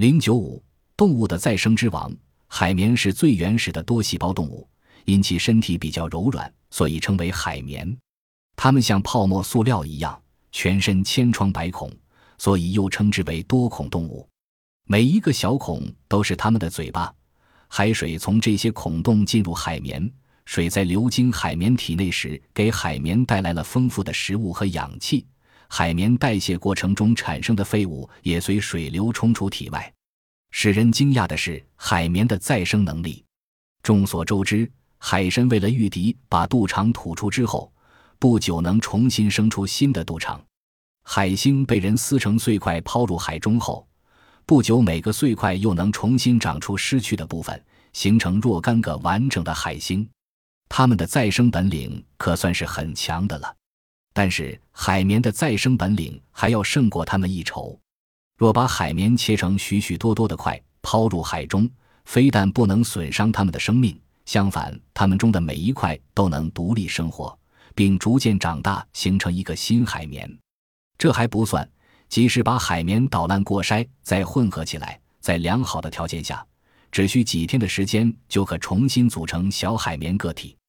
095动物的再生之王。海绵是最原始的多细胞动物，因其身体比较柔软，所以称为海绵。它们像泡沫塑料一样，全身千疮百孔，所以又称之为多孔动物。每一个小孔都是它们的嘴巴，海水从这些孔洞进入海绵，水在流经海绵体内时，给海绵带来了丰富的食物和氧气，海绵代谢过程中产生的废物也随水流冲出体外。使人惊讶的是海绵的再生能力。众所周知，海参为了御敌把肚肠吐出之后，不久能重新生出新的肚肠。海星被人撕成碎块抛入海中后，不久每个碎块又能重新长出失去的部分，形成若干个完整的海星。它们的再生本领可算是很强的了。但是海绵的再生本领还要胜过它们一筹。若把海绵切成许许多多的块抛入海中，非但不能损伤它们的生命，相反它们中的每一块都能独立生活，并逐渐长大，形成一个新海绵。这还不算，即使把海绵捣烂过筛再混合起来，在良好的条件下，只需几天的时间就可重新组成小海绵个体。